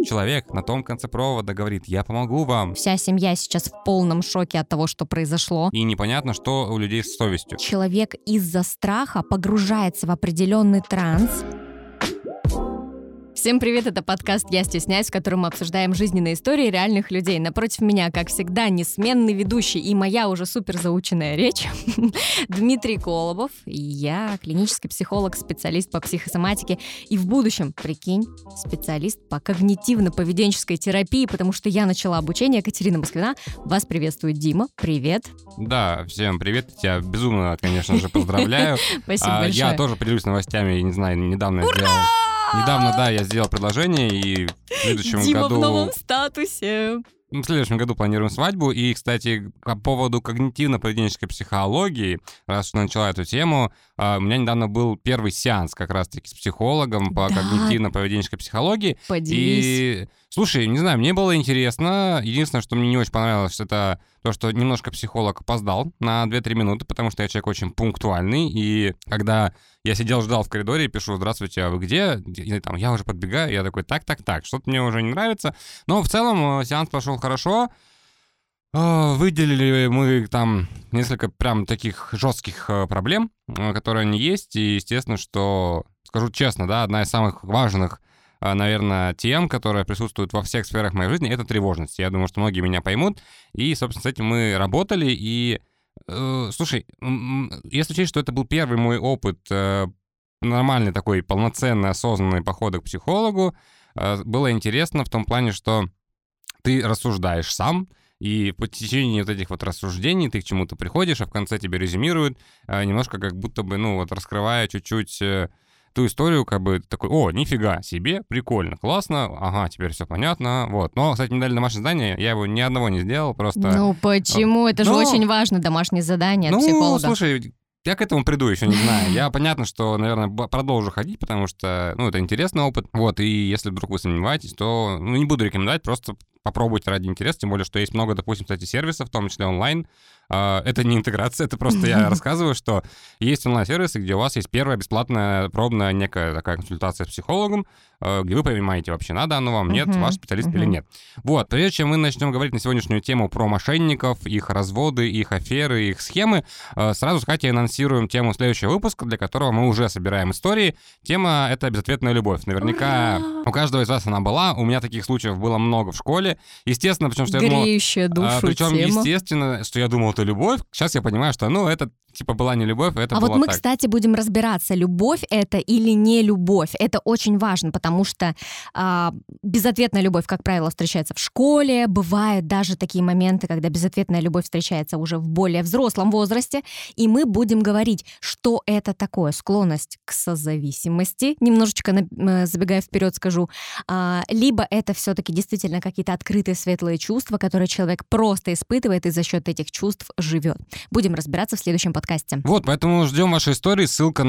человек на том конце провода говорит: я помогу вам. Вся семья сейчас в полном шоке от того, что произошло. И непонятно, что у людей с совестью. Человек из-за страха погружается в определенный транс. Всем привет, это подкаст «Я стесняюсь», в котором мы обсуждаем жизненные истории реальных людей. Напротив меня, как всегда, несменный ведущий и моя уже супер заученная речь Дмитрий Колобов. Я клинический психолог, специалист по психосоматике и в будущем, прикинь, специалист по когнитивно-поведенческой терапии, потому что я начала обучение. Катерина Москвина. Вас приветствует Дима. Привет. Да, всем привет. Тебя безумно, конечно же, поздравляю. Спасибо большое. Я тоже поделюсь новостями, не знаю, недавно я сделал предложение, и в следующем Дима году... в новом статусе. В следующем году планируем свадьбу. И, кстати, по поводу когнитивно-поведенческой психологии, раз уж начала эту тему, у меня недавно был первый сеанс как раз-таки с психологом по когнитивно-поведенческой психологии. Поделись. И, слушай, не знаю, мне было интересно. Единственное, что мне не очень понравилось, это то, что немножко психолог опоздал на 2-3 минуты, потому что я человек очень пунктуальный. И когда я ждал в коридоре и пишу: здравствуйте, а вы где? И, там, я уже подбегаю, я такой: так, что-то мне уже не нравится. Но в целом сеанс прошел хорошо. Выделили мы там несколько прям таких жестких проблем, которые они есть. И естественно, что, скажу честно, да, одна из самых важных, наверное, тем, которая присутствует во всех сферах моей жизни, это тревожность. Я думаю, что многие меня поймут. И, собственно, с этим мы работали. И, слушай, если учесть, что это был первый мой опыт, нормальный такой полноценный, осознанный похода к психологу, было интересно в том плане, что ты рассуждаешь сам, и по течению вот этих вот рассуждений ты к чему-то приходишь, а в конце тебе резюмируют, немножко как будто бы, раскрывая чуть-чуть ту историю, как бы такой: о, нифига себе, прикольно, классно, ага, теперь все понятно, вот. Но, кстати, мне дали домашнее задание, я его ни одного не сделал, просто... Ну почему? Это же очень важно, домашнее задание от психолога. Слушай, я к этому приду, еще не знаю. Я, понятно, что, наверное, продолжу ходить, потому что, это интересный опыт. Вот, и если вдруг вы сомневаетесь, то, не буду рекомендовать, просто попробуйте ради интереса, тем более, что есть много, допустим, кстати, сервисов, в том числе онлайн. Это не интеграция, это просто я рассказываю, что есть онлайн-сервисы, где у вас есть первая бесплатная пробная некая такая консультация с психологом, где вы понимаете, вообще надо оно вам, нет, ваш специалист или нет. Вот, прежде чем мы начнем говорить на сегодняшнюю тему про мошенников, их разводы, их аферы, их схемы, сразу с Катей анонсируем тему следующего выпуска, для которого мы уже собираем истории. Тема — это безответная любовь. Наверняка у каждого из вас она была, у меня таких случаев было много в школе. Естественно, причем что я думал... Греющая душу причем, тема. естественно, что я думал, это любовь. Сейчас я понимаю, что, это типа была не любовь, это было вот мы, так. кстати, будем разбираться, любовь это или не любовь. Это очень важно, потому что безответная любовь, как правило, встречается в школе. Бывают даже такие моменты, когда безответная любовь встречается уже в более взрослом возрасте. И мы будем говорить, что это такое. Склонность к созависимости. Немножечко забегая вперед скажу. Либо это все-таки действительно какие-то открытые светлые чувства, которые человек просто испытывает и за счет этих чувств живет. Будем разбираться в следующем подкасте. Вот, поэтому ждем ваши истории. Ссылка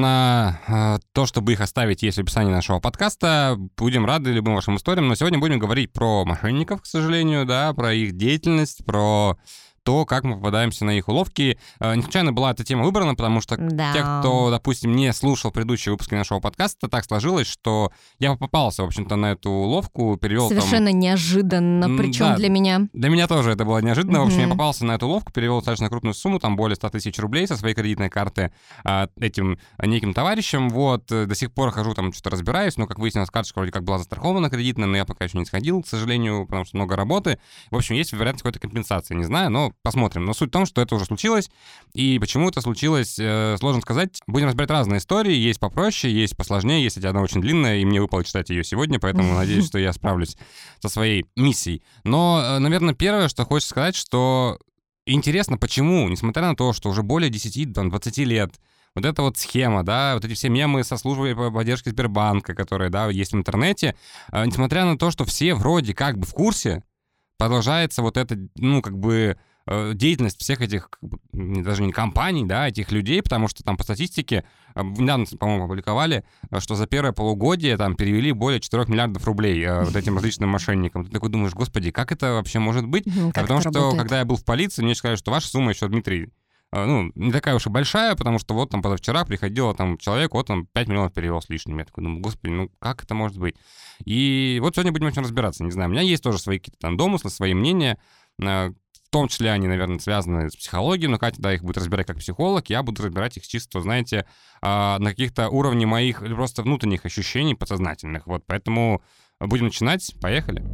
на то, чтобы их оставить, есть в описании нашего подкаста. Будем рады любым вашим историям. Но сегодня будем говорить про мошенников, к сожалению, да, про их деятельность, про то, как мы попадаемся на их уловки. Не случайно была эта тема выбрана, потому что те, кто, допустим, не слушал предыдущие выпуски нашего подкаста, так сложилось, что я попался, в общем-то, на эту уловку, перевел совершенно неожиданно, причем для меня. Для меня тоже это было неожиданно. В общем, я попался на эту уловку, перевел достаточно крупную сумму, там более 100 тысяч рублей со своей кредитной карты этим неким товарищем. Вот, до сих пор хожу, там что-то разбираюсь, но, как выяснилось, карточка вроде как была застрахована кредитная, но я пока еще не сходил, к сожалению, потому что много работы. В общем, есть вариант какой-то компенсации, не знаю, но посмотрим. Но суть в том, что это уже случилось, и почему это случилось, сложно сказать. Будем разбирать разные истории, есть попроще, есть посложнее, есть, кстати, одна очень длинная, и мне выпало читать ее сегодня, поэтому надеюсь, что я справлюсь со своей миссией. Но, наверное, первое, что хочется сказать, что интересно, почему, несмотря на то, что уже более 10-20 лет вот эта вот схема, да, вот эти все мемы со службой поддержки Сбербанка, которые, да, есть в интернете, несмотря на то, что все вроде как бы в курсе, продолжается вот эта, деятельность всех этих, даже не компаний, да, этих людей, потому что там по статистике, недавно, по-моему, опубликовали, что за первое полугодие там перевели более 4 миллиардов рублей вот этим различным мошенникам. Ты такой думаешь: господи, как это вообще может быть? Потому что, когда я был в полиции, мне сказали, что ваша сумма еще, Дмитрий, не такая уж и большая, потому что вот там позавчера приходило там человек, вот он 5 миллионов перевел с лишним. Я такой думаю, господи, как это может быть? И вот сегодня будем очень разбираться, не знаю, у меня есть тоже свои какие-то там домыслы, свои мнения, в том числе они, наверное, связаны с психологией, но Катя, их будет разбирать как психолог, я буду разбирать их чисто, знаете, на каких-то уровне моих просто внутренних ощущений подсознательных. Вот, поэтому будем начинать. Поехали.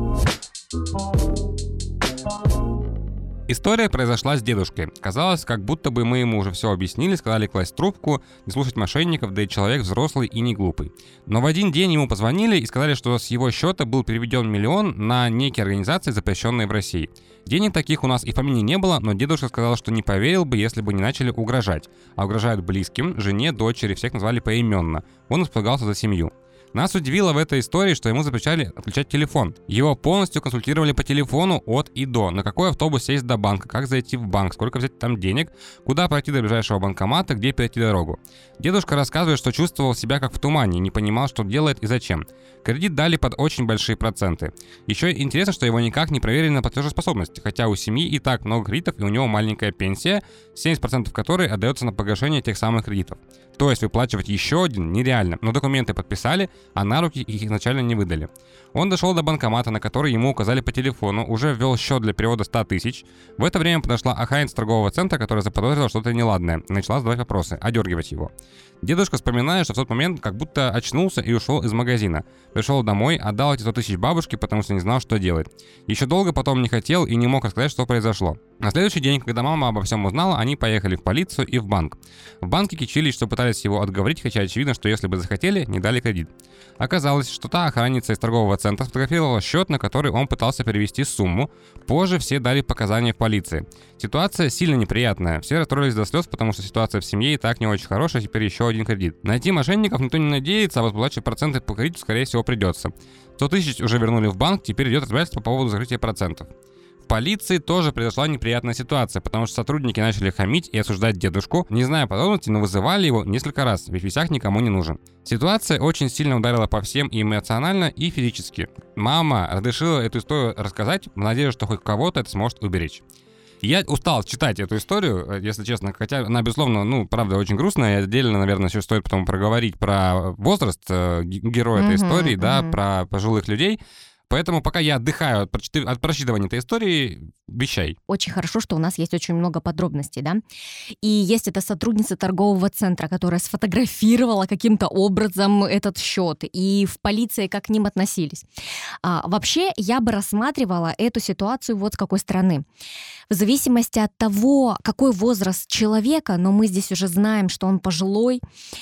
История произошла с дедушкой. Казалось, как будто бы мы ему уже все объяснили, сказали класть трубку, не слушать мошенников, да и человек взрослый и не глупый. Но в один день ему позвонили и сказали, что с его счета был переведен 1 миллион на некие организации, запрещенные в России. Денег таких у нас и в помине не было, но дедушка сказал, что не поверил бы, если бы не начали угрожать. А угрожают близким, жене, дочери, всех назвали поименно. Он испугался за семью. Нас удивило в этой истории, что ему запрещали отключать телефон. Его полностью консультировали по телефону от и до. На какой автобус сесть до банка, как зайти в банк, сколько взять там денег, куда пройти до ближайшего банкомата, где перейти дорогу. Дедушка рассказывает, что чувствовал себя как в тумане, не понимал, что делает и зачем. Кредит дали под очень большие проценты. Еще интересно, что его никак не проверили на платежеспособность, хотя у семьи и так много кредитов и у него маленькая пенсия, 70% которой отдается на погашение тех самых кредитов. То есть выплачивать еще один нереально, но документы подписали, а на руки их изначально не выдали. Он дошел до банкомата, на который ему указали по телефону, уже ввел счет для перевода 100 тысяч. В это время подошла охранница торгового центра, которая заподозрила что-то неладное, и начала задавать вопросы, одергивать его. Дедушка вспоминает, что в тот момент как будто очнулся и ушел из магазина. Пришел домой, отдал эти 100 тысяч бабушке, потому что не знал, что делать. Еще долго потом не хотел и не мог рассказать, что произошло. На следующий день, когда мама обо всем узнала, они поехали в полицию и в банк. В банке кичились, что пытались его отговорить, хотя очевидно, что если бы захотели, не дали кредит. Оказалось, что та охранница из торгового центра сфотографировала счет, на который он пытался перевести сумму. Позже все дали показания в полиции. Ситуация сильно неприятная. Все расстроились до слез, потому что ситуация в семье и так не очень хорошая, теперь еще один кредит. Найти мошенников никто не надеется, а выплачивать проценты по кредиту, скорее всего, придется. 100 тысяч уже вернули в банк, теперь идет разбирательство по поводу закрытия процентов. В полиции тоже произошла неприятная ситуация, потому что сотрудники начали хамить и осуждать дедушку. Не зная подробностей, но вызывали его несколько раз, ведь висяк никому не нужен. Ситуация очень сильно ударила по всем и эмоционально, и физически. Мама разрешила эту историю рассказать в надежде, что хоть кого-то это сможет уберечь. Я устал читать эту историю, если честно, хотя она, безусловно, правда, очень грустная, и отдельно, наверное, еще стоит потом проговорить про возраст героя этой истории, да, про пожилых людей. Поэтому пока я отдыхаю от прочитывания этой истории, вещай. Очень хорошо, что у нас есть очень много подробностей, да. И есть эта сотрудница торгового центра, которая сфотографировала каким-то образом этот счет, и в полиции как к ним относились. Вообще, я бы рассматривала эту ситуацию вот с какой стороны. В зависимости от того, какой возраст человека, но мы здесь уже знаем, что он пожилой,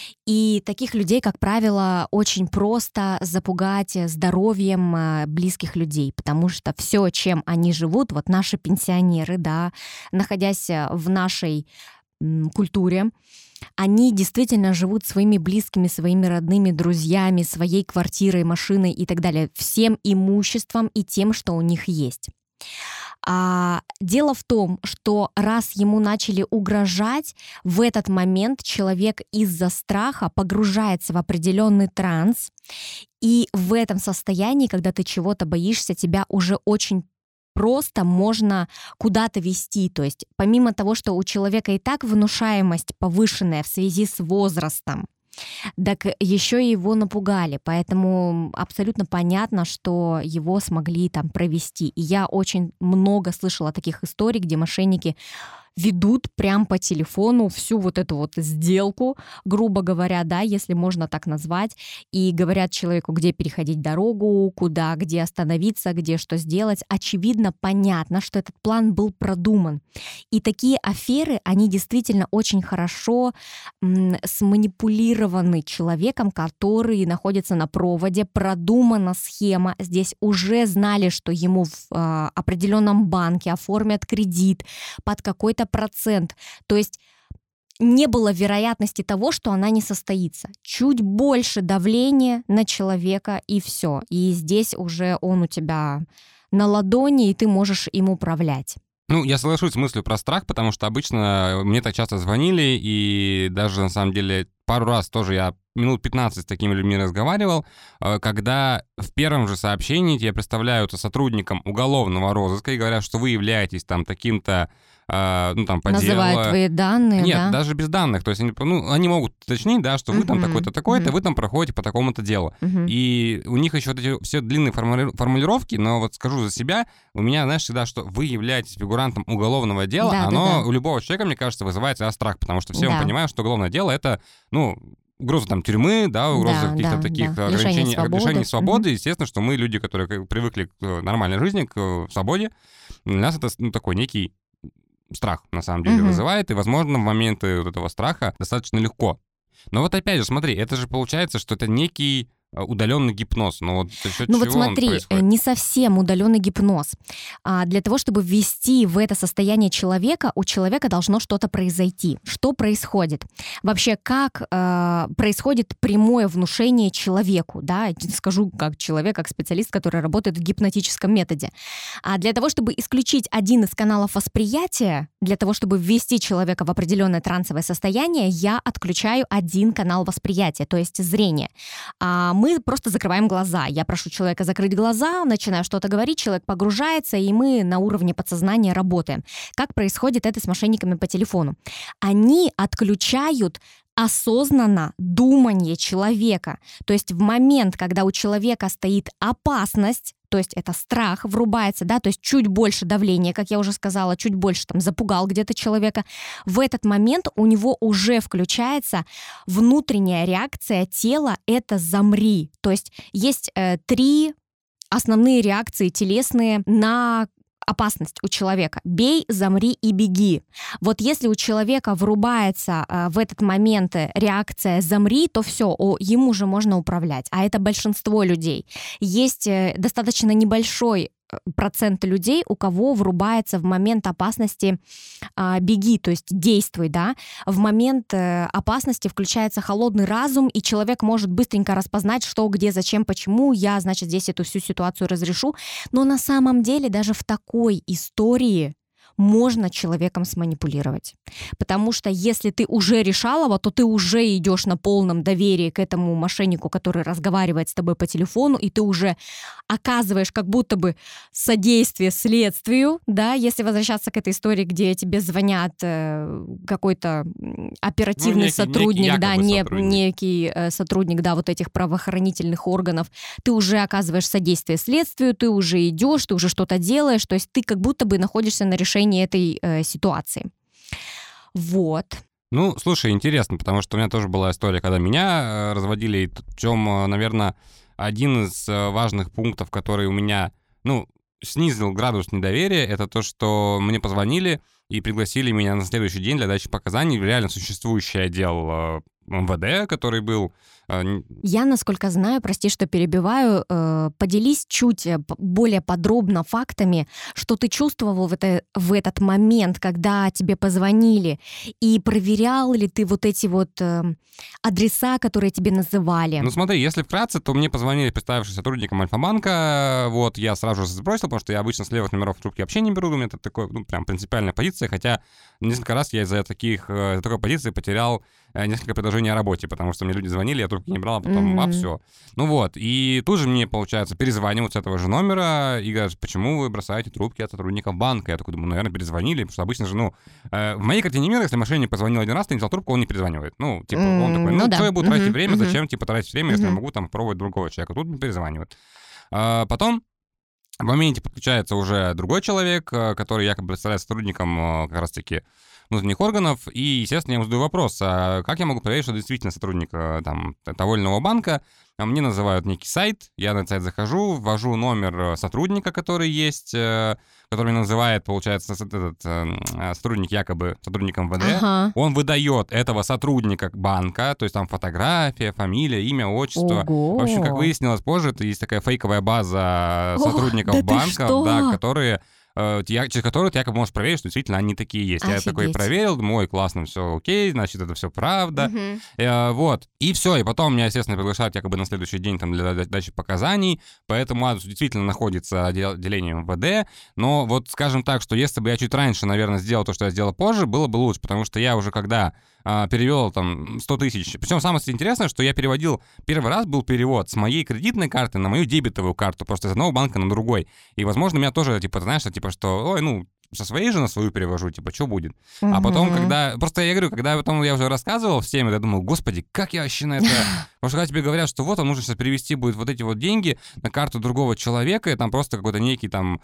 и таких людей, как правило, очень просто запугать здоровьем близких людей, потому что все, чем они живут, вот наши пенсионеры, да, находясь в нашей культуре, они действительно живут своими близкими, своими родными, друзьями, своей квартирой, машиной и так далее, всем имуществом и тем, что у них есть. Дело в том, что раз ему начали угрожать, в этот момент человек из-за страха погружается в определенный транс, и в этом состоянии, когда ты чего-то боишься, тебя уже очень просто можно куда-то вести. То есть помимо того, что у человека и так внушаемость повышенная в связи с возрастом, так еще и его напугали, поэтому абсолютно понятно, что его смогли там провести. И я очень много слышала таких историй, где мошенники ведут прям по телефону всю вот эту вот сделку, грубо говоря, да, если можно так назвать, и говорят человеку, где переходить дорогу, куда, где остановиться, где что сделать. Очевидно, понятно, что этот план был продуман. И такие аферы, они действительно очень хорошо сманипулированы человеком, который находится на проводе, продумана схема. Здесь уже знали, что ему в определенном банке оформят кредит под какой-то процент. То есть не было вероятности того, что она не состоится. Чуть больше давления на человека, и все. И здесь уже он у тебя на ладони, и ты можешь им управлять. Я соглашусь с мыслью про страх, потому что обычно мне так часто звонили, и даже, на самом деле, пару раз тоже я минут 15 с такими людьми разговаривал, когда в первом же сообщении тебе представляются сотрудником уголовного розыска и говорят, что вы являетесь там таким-то ну, там, по Называют делу. твои данные, Нет, да? даже без данных. То есть они могут уточнить, да, что вы там такой-то, такой-то, вы там проходите по такому-то делу. И у них еще вот эти все длинные формулировки, но вот скажу за себя, у меня, знаешь, всегда, что вы являетесь фигурантом уголовного дела, оно у любого человека, мне кажется, вызывает всегда страх, потому что все мы понимаем, что уголовное дело — это, ну, угроза там тюрьмы, да, угроза каких-то таких ограничений, лишений свободы. Естественно, что мы, люди, которые привыкли к нормальной жизни, к свободе, для нас это, ну, такой некий страх, на самом деле, вызывает, и, возможно, в моменты вот этого страха достаточно легко. Но вот опять же, смотри, это же получается, что это некий удаленный гипноз. Но вот за счет чего вот смотри, он происходит? Не совсем удаленный гипноз. Для того, чтобы ввести в это состояние человека, у человека должно что-то произойти. Что происходит? Вообще, как происходит прямое внушение человеку? Да? Скажу как человек, как специалист, который работает в гипнотическом методе. Для того, чтобы исключить один из каналов восприятия, для того, чтобы ввести человека в определенное трансовое состояние, я отключаю один канал восприятия, то есть зрение. Мы просто закрываем глаза. Я прошу человека закрыть глаза, начинаю что-то говорить, человек погружается, и мы на уровне подсознания работаем. Как происходит это с мошенниками по телефону? Они отключают осознанно думание человека. То есть в момент, когда у человека стоит опасность, то есть это страх врубается, да, то есть чуть больше давления, как я уже сказала, чуть больше там запугал где-то человека, в этот момент у него уже включается внутренняя реакция тела — это «замри». То есть есть 3 основные реакции телесные на опасность у человека. Бей, замри и беги. Вот если у человека врубается в этот момент реакция «замри», то все, ему же можно управлять. А это большинство людей. Есть достаточно небольшой процент людей, у кого врубается в момент опасности беги, то есть действуй, да. В момент опасности включается холодный разум, и человек может быстренько распознать, что, где, зачем, почему, я, значит, здесь эту всю ситуацию разрешу. Но на самом деле даже в такой истории можно человеком сманипулировать. Потому что если ты уже решалова, то ты уже идешь на полном доверии к этому мошеннику, который разговаривает с тобой по телефону, и ты уже оказываешь как будто бы содействие следствию, да, если возвращаться к этой истории, где тебе звонят какой-то оперативный сотрудник, некий сотрудник, да, вот этих правоохранительных органов, ты уже оказываешь содействие следствию, ты уже идешь, ты уже что-то делаешь, то есть ты как будто бы находишься на решении этой ситуации. Вот. Ну, слушай, интересно, потому что у меня тоже была история, когда меня разводили, и в чем, наверное, один из важных пунктов, который у меня, ну, снизил градус недоверия, это то, что мне позвонили и пригласили меня на следующий день для дачи показаний в реально существующий отдел МВД, который был... Я, насколько знаю, прости, что перебиваю, поделись чуть более подробно фактами, что ты чувствовал в этот момент, когда тебе позвонили, и проверял ли ты вот эти вот адреса, которые тебе называли? Ну смотри, если вкратце, то мне позвонили, представившись сотрудником Альфа-банка, вот, я сразу же сбросил, потому что я обычно с левых номеров трубки вообще не беру, у меня это такой, ну, прям принципиальная позиция, хотя несколько раз я из-за такой позиции потерял несколько предложений о работе, потому что мне люди звонили, я трубки не брал, а потом, все. Ну вот, и тут же мне, получается, перезванивают с этого же номера и говорят, почему вы бросаете трубки от сотрудников банка? Я такой думаю, наверное, перезвонили, потому что обычно же, в моей картине мира, если мошенник позвонил один раз, ты не взял трубку, он не перезванивает. Ну, типа, он такой, что я буду тратить время, зачем, типа, тратить время, если я могу там пробовать другого человека? Тут не перезванивают. Потом в моменте подключается уже другой человек, который якобы представляет сотрудником как раз-таки внутренних органов, и, естественно, я ему задаю вопрос, а как я могу проверить, что действительно сотрудник там того или иного банка? Мне называют некий сайт, я на этот сайт захожу, ввожу номер сотрудника, который есть, который меня называет, получается, этот сотрудник якобы сотрудником МВД. Он выдает этого сотрудника банка, то есть там фотография, фамилия, имя, отчество. Ого. В общем, как выяснилось позже, это есть такая фейковая база сотрудников банка, да, которые... через которую ты якобы можешь проверить, что действительно они такие есть. Офигеть. Я такой проверил, думаю, ой, классно, все окей, значит, это все правда. Вот. И все, и потом меня, естественно, приглашают якобы на следующий день там, для дачи показаний, по этому адресу действительно находится отделение МВД, но вот скажем так, что если бы я чуть раньше, наверное, сделал то, что я сделал позже, было бы лучше, потому что я уже когда перевел там 100 тысяч, причем самое интересное, что я переводил, первый раз был перевод с моей кредитной карты на мою дебетовую карту, просто из одного банка на другой, и, возможно, меня тоже, типа, знаешь, типа, что, ой, ну, со своей же на свою перевожу, типа, что будет? А потом, когда... Просто я говорю, когда потом я уже рассказывал всем, я думал, господи, как я вообще на это... Потому что когда тебе говорят, что вот, нужно сейчас перевести будет вот эти вот деньги на карту другого человека, и там просто какой-то некий там,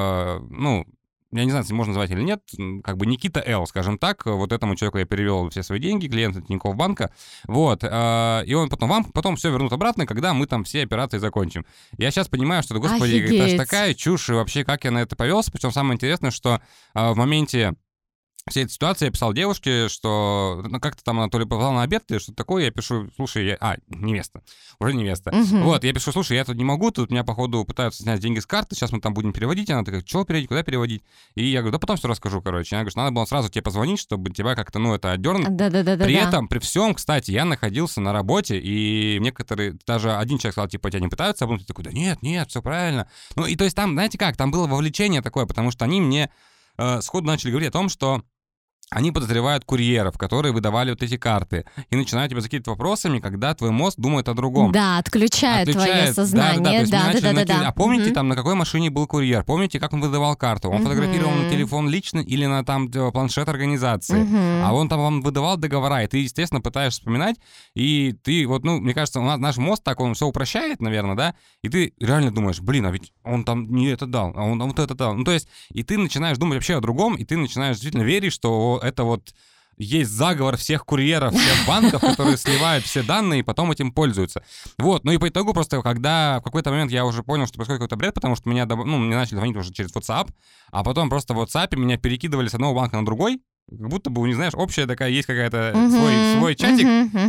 я не знаю, если можно назвать или нет, как бы Никита Л, скажем так, вот этому человеку я перевел все свои деньги, клиент Тинькофф банка, вот, и он вам потом все вернут обратно, когда мы там все операции закончим. Я сейчас понимаю, что, господи, это же такая чушь, и вообще, как я на это повелся, причем самое интересное, что в моменте всей этой ситуации я писал девушке, что как-то там она то ли позвала на обед или что-то такое, я пишу, слушай, невеста, уже невеста. Вот, я пишу, слушай, я тут не могу, тут меня, походу, пытаются снять деньги с карты, сейчас мы там будем переводить. Она такая, что переводить, куда переводить? И я говорю, да потом все расскажу, короче. Она говорит, что надо было сразу тебе позвонить, чтобы тебя как-то, это отдернуть. При этом, при всем, кстати, я находился на работе, и некоторые, даже один человек сказал, типа, тебя не пытаются обмануть? Я такой, да нет, все правильно. Ну, и то есть там, знаете как, там было вовлечение такое, потому что они мне сходу начали говорить о том, что они подозревают курьеров, которые выдавали вот эти карты, и начинают тебя закидывать вопросами, когда твой мозг думает о другом. Да, отключает твое сознание. Да. А помните, там, на какой машине был курьер? Помните, как он выдавал карту? Он фотографировал на телефон лично или на там планшет организации? А он там вам выдавал договора, и ты, естественно, пытаешься вспоминать, и ты вот, мне кажется, наш мозг так, он все упрощает, наверное, да? И ты реально думаешь, блин, а ведь он там не это дал, а он вот это дал. Ну, то есть, и ты начинаешь думать вообще о другом, и ты начинаешь действительно верить, что это вот есть заговор всех курьеров, всех банков, которые сливают все данные и потом этим пользуются. Вот, и по итогу просто, когда в какой-то момент я уже понял, что происходит какой-то бред, потому что мне начали звонить уже через WhatsApp, а потом просто в WhatsApp меня перекидывали с одного банка на другой, как будто бы, не знаешь, общая такая, есть какая-то свой чатик,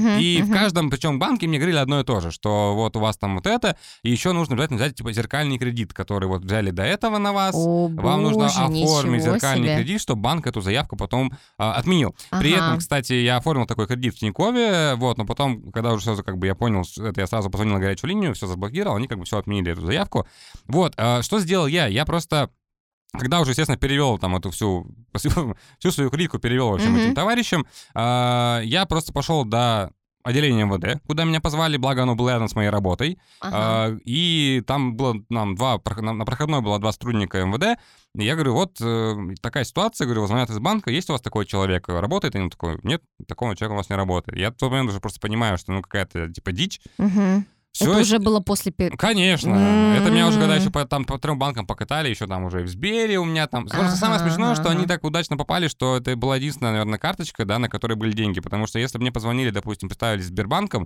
и в каждом, причем банке мне говорили одно и то же, что вот у вас там вот это, и еще нужно обязательно взять, типа, зеркальный кредит, который вот взяли до этого на вас, вам нужно оформить зеркальный кредит, чтобы банк эту заявку потом отменил. При этом, кстати, я оформил такой кредит в Тинькове, вот, но потом, когда уже все, как бы, я понял, это я сразу позвонил на горячую линию, все заблокировал, они как бы все отменили эту заявку. Вот, что сделал я? Я просто... Когда уже, естественно, перевел там эту всю свою кредитку, перевел, в общем, этим товарищам, я просто пошел до отделения МВД, куда меня позвали, благо оно было рядом с моей работой. И там было на проходной было 2 сотрудника МВД. И я говорю, вот такая ситуация, говорю, звонят из банка, есть у вас такой человек, работает? И он такой, нет, такого человека у вас не работает. Я в тот момент уже просто понимаю, что, какая-то, типа, дичь. Это уже было после... Конечно. Это меня уже когда еще по 3 банкам покатали, еще там уже и в Сбере у меня там... Просто самое смешное, что они так удачно попали, что это была единственная, наверное, карточка, да, на которой были деньги. Потому что если бы мне позвонили, допустим, представились Сбербанком,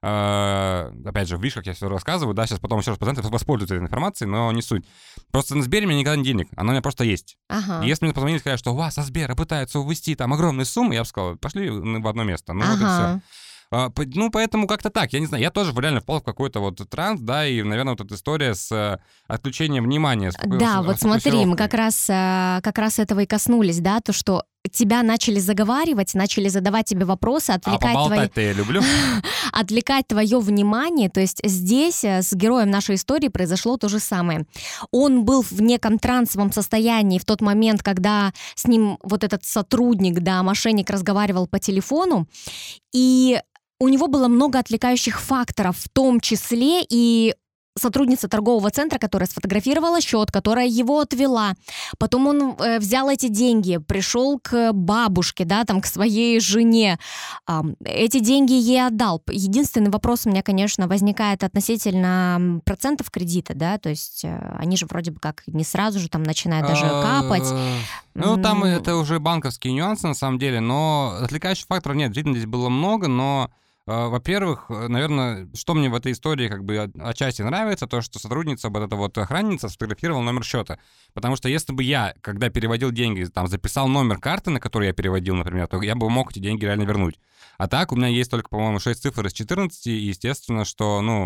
опять же, видишь, как я все рассказываю, да, сейчас потом еще раз позвонят, воспользуются этой информацией, но не суть. Просто на Сбере у меня никогда нет денег, она у меня просто есть. И если мне позвонили и сказали, что у вас со Сбера пытаются увести там огромные суммы, я бы сказал, пошли в одно место. Вот и все. Поэтому как-то так, я не знаю, я тоже реально впал в какой-то вот транс, да, и, наверное, вот эта история с отключением внимания. Да, вот смотри, мы как раз этого и коснулись, да, то, что тебя начали заговаривать, начали задавать тебе вопросы, поболтать-то я люблю. Отвлекать твое внимание. То есть здесь с героем нашей истории произошло то же самое. Он был в неком трансовом состоянии в тот момент, когда с ним вот этот сотрудник, да, мошенник разговаривал по телефону, и у него было много отвлекающих факторов, в том числе и сотрудница торгового центра, которая сфотографировала счет, которая его отвела. Потом он взял эти деньги, пришел к бабушке, да, там, к своей жене. Эти деньги ей отдал. Единственный вопрос у меня, конечно, возникает относительно процентов кредита, да, то есть они же вроде бы как не сразу же там начинают даже капать. Там это уже банковские нюансы, на самом деле, но отвлекающих факторов нет. Действительно, здесь было много, но... Во-первых, наверное, что мне в этой истории как бы отчасти нравится, то, что сотрудница, вот эта вот охранница, сфотографировала номер счета. Потому что если бы я, когда переводил деньги, там, записал номер карты, на которую я переводил, например, то я бы мог эти деньги реально вернуть. А так у меня есть только, по-моему, 6 цифр из 14, и естественно, что,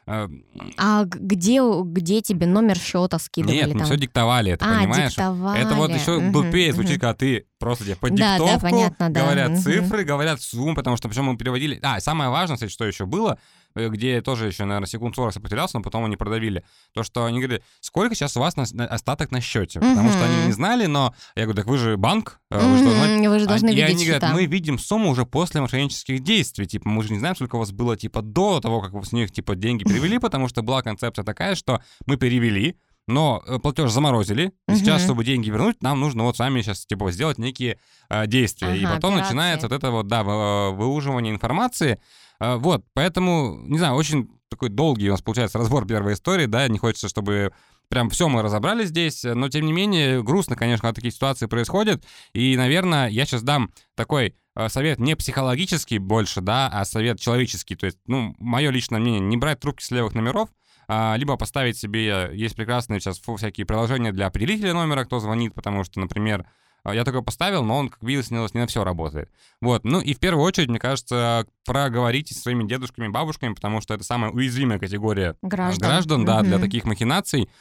А где тебе номер счета скидывали? Нет, мы все диктовали, это понимаешь? Диктовали. Это вот еще глупее звучит, когда ты просто тебе по диктовку понятно, говорят цифры, говорят сумму, потому что причем мы переводили... самое важное, кстати, что еще было, где тоже еще, наверное, секунд 40 сопротивлялся, но потом они продавили. То, что они говорили, сколько сейчас у вас остаток на счете? Потому что они не знали, но я говорю, так вы же банк, вы же должны видеть И они счета. говорят, мы видим сумму уже после мошеннических действий. Типа, мы же не знаем, сколько у вас было, типа, до того, как вы с них, типа, деньги перевели, потому что была концепция такая, что мы перевели, но платеж заморозили, и сейчас, чтобы деньги вернуть, нам нужно вот с вами сейчас, типа, сделать некие действия. И потом операции. начинается вот это вот, да, выуживание информации. Вот, поэтому, не знаю, очень такой долгий у нас получается разбор первой истории, да, не хочется, чтобы прям все мы разобрали здесь, но тем не менее грустно, конечно, когда такие ситуации происходят, и, наверное, я сейчас дам такой совет не психологический больше, да, а совет человеческий, то есть, ну, мое личное мнение, не брать трубки с левых номеров, либо поставить себе, есть прекрасные сейчас всякие приложения для определителя номера, кто звонит, потому что, например, я такой поставил, но он, как выяснилось, не на все работает. Вот. Ну и в первую очередь, мне кажется, проговорите со своими дедушками, бабушками, потому что это самая уязвимая категория граждан, да, для таких махинаций.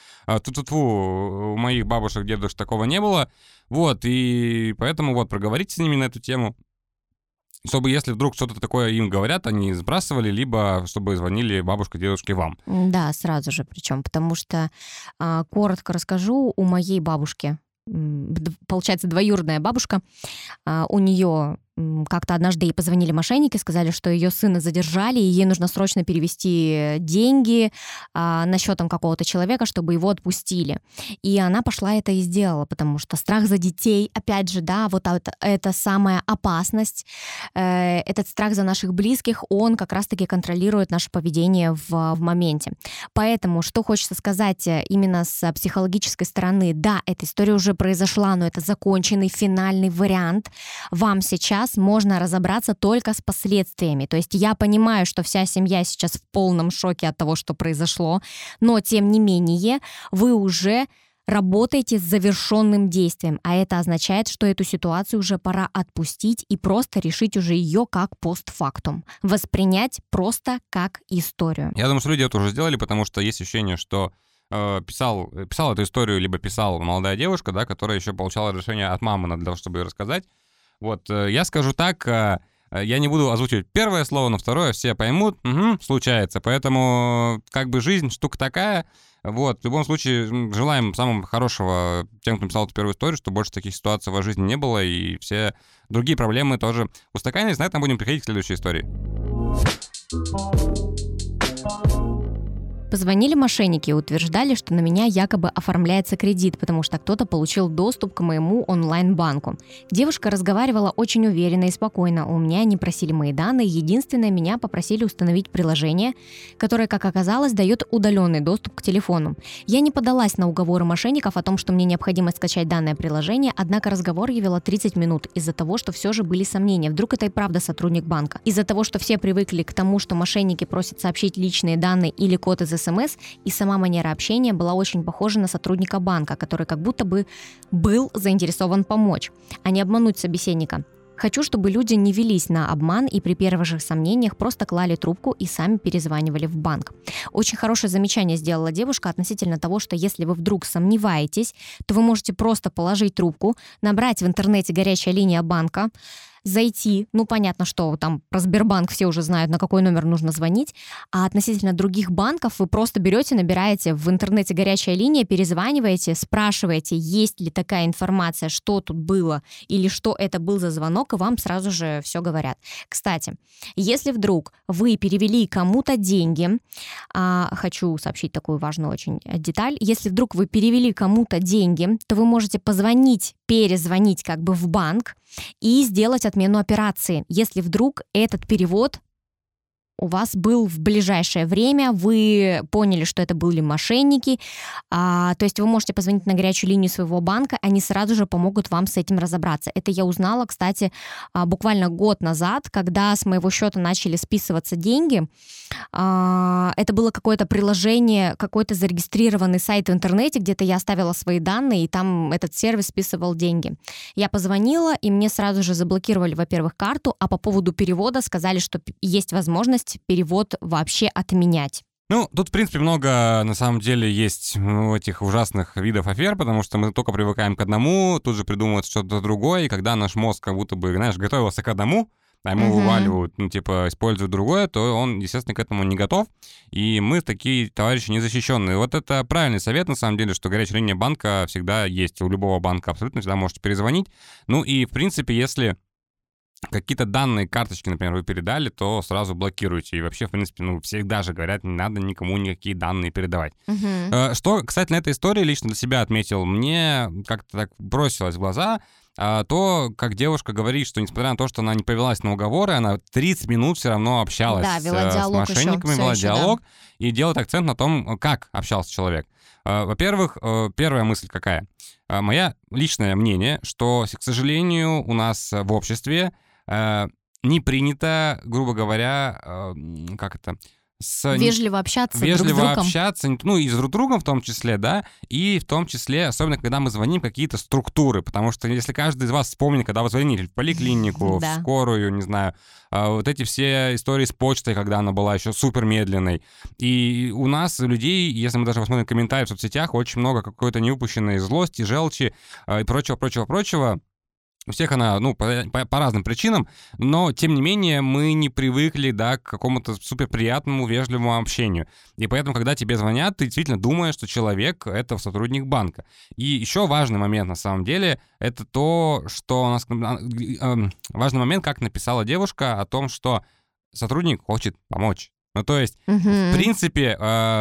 У моих бабушек, дедушек такого не было. Вот, и поэтому вот проговорите с ними на эту тему, чтобы, если вдруг что-то такое им говорят, они сбрасывали, либо чтобы звонили бабушка, дедушке вам. Да, сразу же причем, потому что, коротко расскажу, у моей бабушки, получается, двоюродная бабушка, у нее как-то однажды ей позвонили мошенники, сказали, что ее сына задержали, и ей нужно срочно перевести деньги на счет там какого-то человека, чтобы его отпустили. И она пошла это и сделала, потому что страх за детей, опять же, да, вот это самая опасность, этот страх за наших близких, он как раз-таки контролирует наше поведение в моменте. Поэтому, что хочется сказать именно с психологической стороны, да, эта история уже произошла, но это законченный финальный вариант. Вам сейчас можно разобраться только с последствиями. То есть я понимаю, что вся семья сейчас в полном шоке от того, что произошло, но тем не менее вы уже работаете с завершенным действием, а это означает, что эту ситуацию уже пора отпустить и просто решить уже ее как постфактум. Воспринять просто как историю. Я думаю, что люди это уже сделали, потому что есть ощущение, что писал эту историю, либо писала молодая девушка, да, которая еще получала разрешение от мамы для того, чтобы ее рассказать. Вот, я скажу так, я не буду озвучивать первое слово, но второе все поймут, случается. Поэтому, как бы, жизнь штука такая. Вот, в любом случае, желаем самого хорошего тем, кто написал эту первую историю, чтобы больше таких ситуаций в вашей жизни не было, и все другие проблемы тоже устаканились. На этом будем переходить к следующей истории. Позвонили мошенники и утверждали, что на меня якобы оформляется кредит, потому что кто-то получил доступ к моему онлайн-банку. Девушка разговаривала очень уверенно и спокойно. У меня не просили мои данные, единственное, меня попросили установить приложение, которое, как оказалось, дает удаленный доступ к телефону. Я не поддалась на уговоры мошенников о том, что мне необходимо скачать данное приложение, однако разговор я вела 30 минут из-за того, что все же были сомнения. Вдруг это и правда сотрудник банка. Из-за того, что все привыкли к тому, что мошенники просят сообщить личные данные или код из СМС, и сама манера общения была очень похожа на сотрудника банка, который как будто бы был заинтересован помочь, а не обмануть собеседника. Хочу, чтобы люди не велись на обман и при первых же сомнениях просто клали трубку и сами перезванивали в банк. Очень хорошее замечание сделала девушка относительно того, что если вы вдруг сомневаетесь, то вы можете просто положить трубку, набрать в интернете горячая линия банка, зайти, понятно, что там про Сбербанк все уже знают, на какой номер нужно звонить, а относительно других банков вы просто берете, набираете в интернете горячая линия, перезваниваете, спрашиваете, есть ли такая информация, что тут было или что это был за звонок, и вам сразу же все говорят. Кстати, если вдруг вы перевели кому-то деньги, хочу сообщить такую важную очень деталь, если вдруг вы перевели кому-то деньги, то вы можете позвонить, перезвонить как бы в банк и сделать отмену операции, если вдруг этот перевод у вас был в ближайшее время, вы поняли, что это были мошенники, то есть вы можете позвонить на горячую линию своего банка, они сразу же помогут вам с этим разобраться. Это я узнала, кстати, буквально год назад, когда с моего счета начали списываться деньги. Это было какое-то приложение, какой-то зарегистрированный сайт в интернете, где-то я оставила свои данные, и там этот сервис списывал деньги. Я позвонила, и мне сразу же заблокировали, во-первых, карту, а по поводу перевода сказали, что есть возможность перевод вообще отменять. Тут, в принципе, много, на самом деле, есть этих ужасных видов афер, потому что мы только привыкаем к одному, тут же придумывают что-то другое, и когда наш мозг как будто бы, готовился к одному, а ему вываливают, используют другое, то он, естественно, к этому не готов, и мы такие товарищи незащищенные. Вот это правильный совет, на самом деле, что горячая линия банка всегда есть, у любого банка абсолютно всегда можете перезвонить. И, в принципе, если какие-то данные карточки, например, вы передали, то сразу блокируйте. И вообще, в принципе, всегда же говорят, не надо никому никакие данные передавать. Что, кстати, на этой истории лично для себя отметил, мне как-то так бросилось в глаза то, как девушка говорит, что несмотря на то, что она не повелась на уговоры, она 30 минут все равно общалась с мошенниками, вела диалог, и делает акцент на том, как общался человек. Во-первых, первая мысль какая? Моя личное мнение, что, к сожалению, у нас в обществе не принято, грубо говоря, вежливо общаться друг с другом. Вежливо общаться, и с друг другом в том числе, да, и в том числе, особенно, когда мы звоним какие-то структуры, потому что если каждый из вас вспомнит, когда вы звонили в поликлинику, в скорую, не знаю, вот эти все истории с почтой, когда она была еще супер медленной, и у нас, людей, если мы даже посмотрим комментарии в соцсетях, очень много какой-то неупущенной злости, желчи и прочего. У всех она, по разным причинам, но, тем не менее, мы не привыкли, да, к какому-то суперприятному, вежливому общению. И поэтому, когда тебе звонят, ты действительно думаешь, что человек — это сотрудник банка. И еще важный момент, на самом деле, это то, что важный момент, как написала девушка о том, что сотрудник хочет помочь. То есть, в принципе...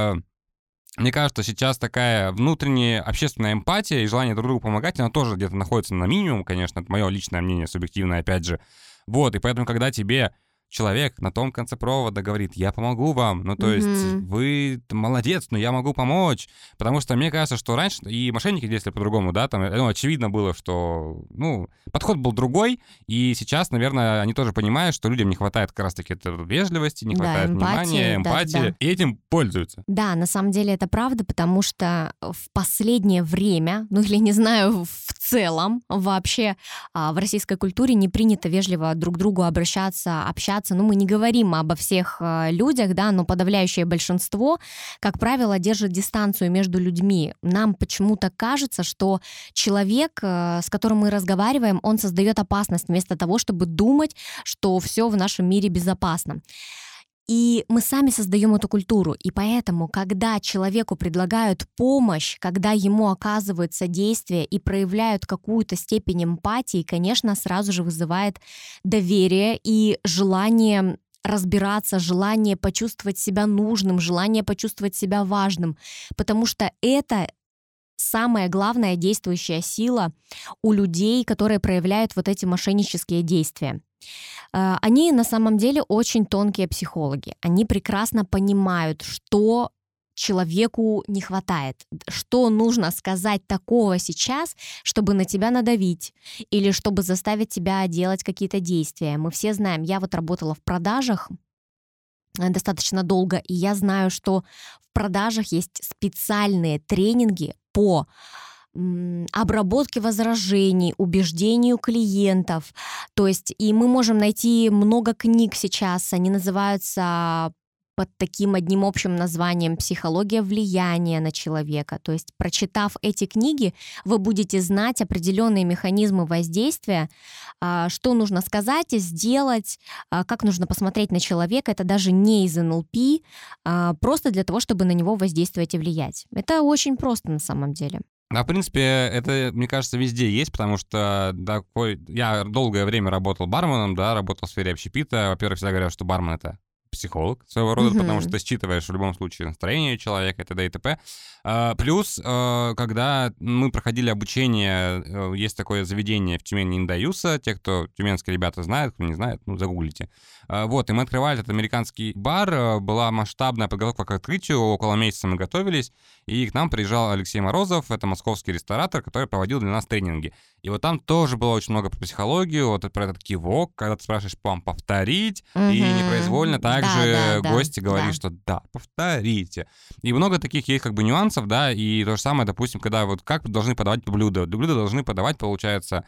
Мне кажется, сейчас такая внутренняя общественная эмпатия и желание друг другу помогать, она тоже где-то находится на минимум, конечно, это мое личное мнение, субъективное, опять же. И поэтому, когда тебе человек на том конце провода говорит: я помогу вам, то есть вы молодец, но я могу помочь. Потому что мне кажется, что раньше и мошенники действовали по-другому, да, там, очевидно было, что, подход был другой, и сейчас, наверное, они тоже понимают, что людям не хватает как раз-таки вежливости, не хватает внимания, эмпатии, и этим пользуются. Да, на самом деле это правда, потому что в последнее время, или не знаю, в целом вообще в российской культуре не принято вежливо друг к другу обращаться, общаться. Мы не говорим обо всех людях, да, но подавляющее большинство, как правило, держит дистанцию между людьми. Нам почему-то кажется, что человек, с которым мы разговариваем, он создает опасность вместо того, чтобы думать, что все в нашем мире безопасно. И мы сами создаем эту культуру. И поэтому, когда человеку предлагают помощь, когда ему оказывают содействие и проявляют какую-то степень эмпатии, конечно, сразу же вызывает доверие и желание разбираться, желание почувствовать себя нужным, желание почувствовать себя важным. Потому что это самая главная действующая сила у людей, которые проявляют вот эти мошеннические действия. Они на самом деле очень тонкие психологи. Они прекрасно понимают, что человеку не хватает, что нужно сказать такого сейчас, чтобы на тебя надавить или чтобы заставить тебя делать какие-то действия. Мы все знаем, я работала в продажах достаточно долго, и я знаю, что в продажах есть специальные тренинги по обработке возражений, убеждению клиентов. То есть, и мы можем найти много книг сейчас, они называются под таким одним общим названием «Психология влияния на человека». То есть, прочитав эти книги, вы будете знать определенные механизмы воздействия, что нужно сказать, сделать, как нужно посмотреть на человека. Это даже не из НЛП, просто для того, чтобы на него воздействовать и влиять. Это очень просто на самом деле. В принципе, это, мне кажется, везде есть, потому что я долгое время работал барменом, да, работал в сфере общепита. Во-первых, всегда говорят, что бармен — это психолог своего рода, потому что ты считываешь в любом случае настроение человека и т.д. и т.п. Плюс, когда мы проходили обучение, есть такое заведение в Тюмени Индаюса, те, кто тюменские ребята знают, кто не знает, загуглите. И мы открывали этот американский бар, была масштабная подготовка к открытию, около месяца мы готовились, и к нам приезжал Алексей Морозов, это московский ресторатор, который проводил для нас тренинги. И там тоже было очень много про психологию, про этот кивок, когда ты спрашиваешь вам повторить, и непроизвольно также гости говорят, что да, повторите. И много таких есть нюансов, да, и то же самое, допустим, когда как должны подавать блюда. Блюда должны подавать, получается,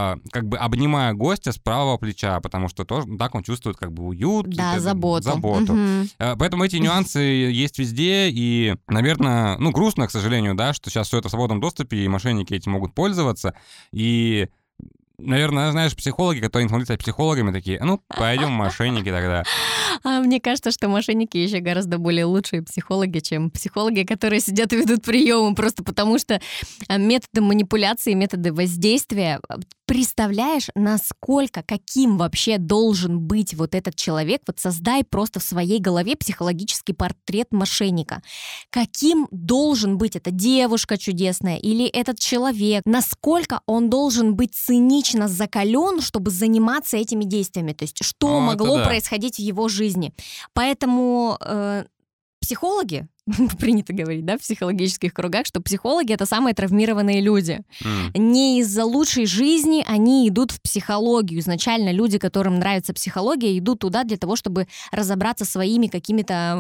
обнимая гостя с правого плеча, потому что тоже так он чувствует уют, заботу. Поэтому эти нюансы есть везде, и, наверное, грустно, к сожалению, да, что сейчас все это в свободном доступе, и мошенники этим могут пользоваться, и... Наверное, знаешь, психологи, которые не смотрят психологами, такие: пойдем мошенники тогда. Мне кажется, что мошенники еще гораздо более лучшие психологи, чем психологи, которые сидят и ведут приемы, просто потому что методы манипуляции, методы воздействия представляешь, насколько, каким вообще должен быть вот этот человек? Вот создай просто в своей голове психологический портрет мошенника. Каким должен быть эта девушка чудесная или этот человек? Насколько он должен быть цинично закален, чтобы заниматься этими действиями? То есть что Ну, это могло да. происходить в его жизни? Поэтому психологи, принято говорить, да, в психологических кругах, что психологи — это самые травмированные люди. Не из-за лучшей жизни они идут в психологию. Изначально люди, которым нравится психология, идут туда для того, чтобы разобраться своими какими-то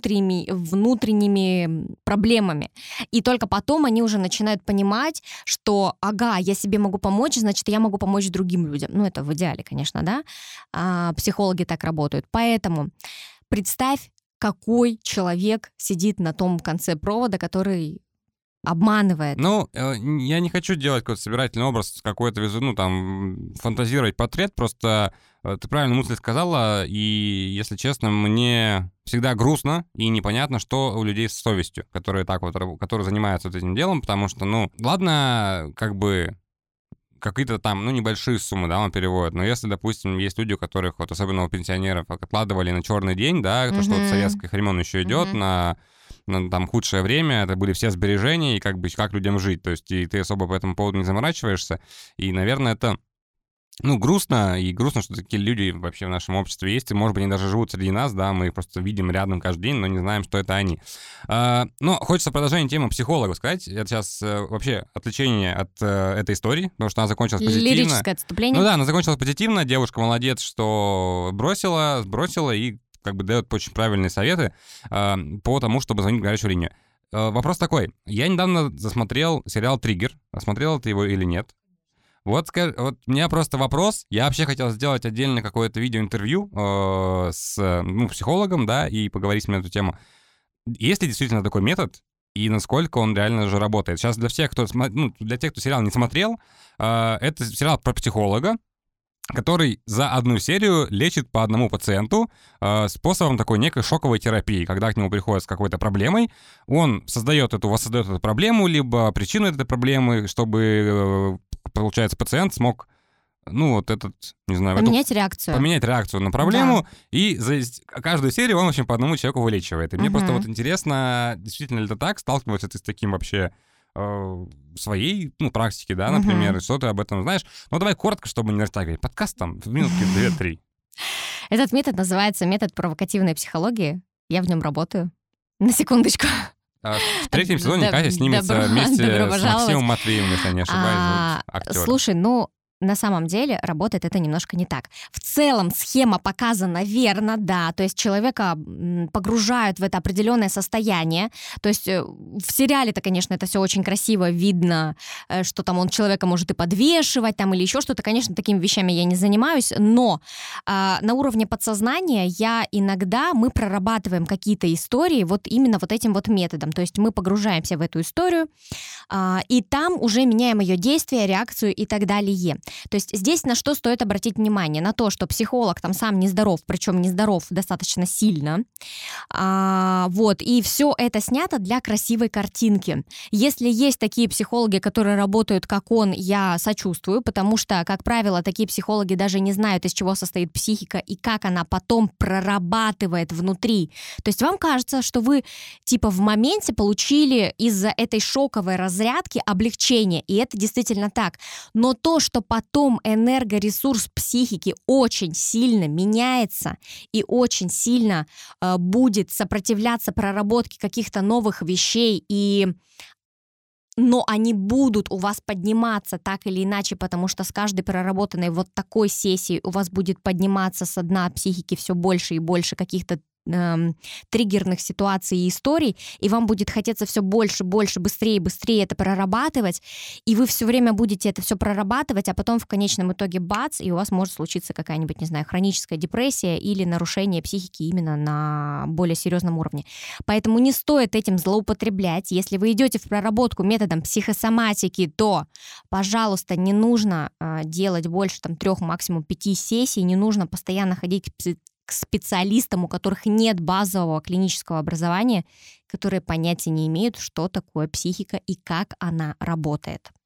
внутренними проблемами. И только потом они уже начинают понимать, что, ага, я себе могу помочь, значит, я могу помочь другим людям. Ну, это в идеале, конечно, да. Психологи так работают. Поэтому представь, какой человек сидит на том конце провода, который обманывает. Ну, я не хочу делать какой-то собирательный образ, какой-то, ну, там, фантазировать портрет, просто ты правильно мысль сказала, и, если честно, мне всегда грустно и непонятно, что у людей с совестью, которые так вот, которые занимаются вот этим делом, потому что, ну, ладно, как бы какие-то там, ну, небольшие суммы, да, он переводит. Но если, допустим, есть люди, у которых, вот особенно у пенсионеров, откладывали на черный день, да, то, что вот советских времен еще идет, на там худшее время, это были все сбережения, и как бы как людям жить. То есть и ты особо по этому поводу не заморачиваешься. И, наверное, это, ну, грустно, и грустно, что такие люди вообще в нашем обществе есть, и, может быть, они даже живут среди нас, да, мы их просто видим рядом каждый день, но не знаем, что это они. Но хочется продолжение темы психологов сказать. Это сейчас вообще отвлечение от этой истории, потому что она закончилась позитивно. Лирическое отступление. Ну да, она закончилась позитивно, девушка молодец, что сбросила и как бы дает очень правильные советы по тому, чтобы звонить в горячую линию. Вопрос такой. Я недавно засмотрел сериал «Триггер». Смотрел ты его или нет? Вот у меня просто вопрос. Я вообще хотел сделать отдельно какое-то видеоинтервью с психологом, да, и поговорить с ним на эту тему. Есть ли действительно такой метод, и насколько он реально же работает? Сейчас для тех, кто сериал не смотрел, это сериал про психолога, который за одну серию лечит по одному пациенту способом такой некой шоковой терапии. Когда к нему приходят с какой-то проблемой, он воссоздает эту проблему, либо причину этой проблемы, чтобы, получается, пациент смог, ну, вот этот, не знаю... Поменять реакцию на проблему, да. И за каждую серию он, в общем, по одному человеку вылечивает. И мне просто вот интересно, действительно ли это так, сталкиваешься ты с таким вообще своей, практики, да, например, что ты об этом знаешь. Ну, давай коротко, чтобы не растягивать подкаст там в минутки 2-3. Этот метод называется метод провокативной психологии. Я в нем работаю. На секундочку. В третьем сезоне Катя снимется вместе с Максимом Матвеевым, если я не ошибаюсь, актер. Слушай, на самом деле работает это немножко не так. В целом схема показана верно, да, то есть человека погружают в это определенное состояние, то есть в сериале-то, конечно, это все очень красиво видно, что там он человека может и подвешивать там или еще что-то, конечно, такими вещами я не занимаюсь, но на уровне подсознания мы прорабатываем какие-то истории вот именно вот этим вот методом, то есть мы погружаемся в эту историю, и там уже меняем ее действие, реакцию и так далее. То есть здесь на что стоит обратить внимание? На то, что психолог там сам нездоров, причем нездоров достаточно сильно. И все это снято для красивой картинки. Если есть такие психологи, которые работают как он, я сочувствую, потому что, как правило, такие психологи даже не знают, из чего состоит психика и как она потом прорабатывает внутри. То есть вам кажется, что вы типа в моменте получили из-за этой шоковой разрядки облегчение, и это действительно так. Но то, что потом энергоресурс психики очень сильно меняется и очень сильно будет сопротивляться проработке каких-то новых вещей, но они будут у вас подниматься так или иначе, потому что с каждой проработанной вот такой сессией у вас будет подниматься со дна психики все больше и больше каких-то триггерных ситуаций и историй, и вам будет хотеться все больше, быстрее это прорабатывать, и вы все время будете это все прорабатывать, а потом в конечном итоге бац, и у вас может случиться какая-нибудь, не знаю, хроническая депрессия или нарушение психики именно на более серьезном уровне. Поэтому не стоит этим злоупотреблять. Если вы идете в проработку методом психосоматики, то, пожалуйста, не нужно делать больше 3, максимум 5 сессий, не нужно постоянно ходить к специалистам, у которых нет базового клинического образования, которые понятия не имеют, что такое психика и как она работает.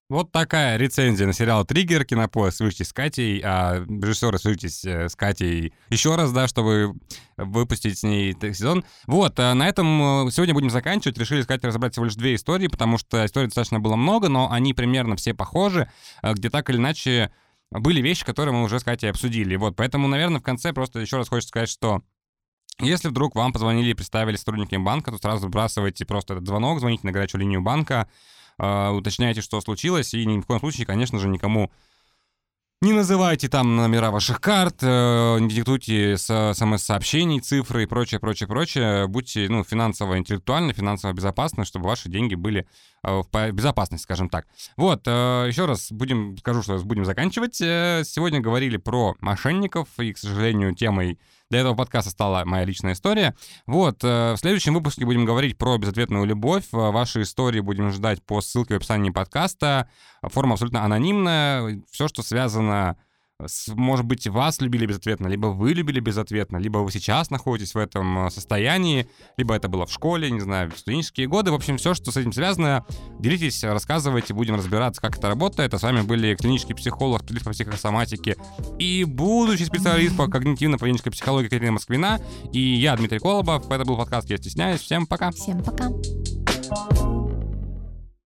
Вот такая рецензия на сериал «Триггер». Кинопоиск, свяжитесь с Катей, а режиссеры, свяжитесь с Катей еще раз, да, чтобы выпустить с ней сезон. Вот, на этом сегодня будем заканчивать. Решили с Катей разобрать всего лишь 2 истории, потому что историй достаточно было много, но они примерно все похожи, где так или иначе были вещи, которые мы уже с Катей обсудили. Вот, поэтому, наверное, в конце просто еще раз хочется сказать, что если вдруг вам позвонили и представили сотрудниками банка, то сразу сбрасывайте просто этот звонок, звоните на горячую линию банка, уточняйте, что случилось, и ни в коем случае, конечно же, никому не называйте там номера ваших карт, не диктуйте смс-сообщений, цифры и прочее, прочее, прочее. Будьте, финансово интеллектуальны, финансово безопасны, чтобы ваши деньги были в безопасности, скажем так. Вот, еще раз скажу, что будем заканчивать. Сегодня говорили про мошенников, и, к сожалению, темой для этого подкаста стала моя личная история. Вот, в следующем выпуске будем говорить про безответную любовь. Ваши истории будем ждать по ссылке в описании подкаста. Форма абсолютно анонимная. Все, что связано может быть, вас любили безответно, либо вы любили безответно, либо вы сейчас находитесь в этом состоянии, либо это было в школе, не знаю, в студенческие годы. В общем, все, что с этим связано, делитесь, рассказывайте, будем разбираться, как это работает. А с вами были клинический психолог, специалист по психосоматике и будущий специалист по когнитивно-поведенческой психологии Катерина Москвина. И я, Дмитрий Колобов. Это был подкаст «Я стесняюсь». Всем пока. Всем пока.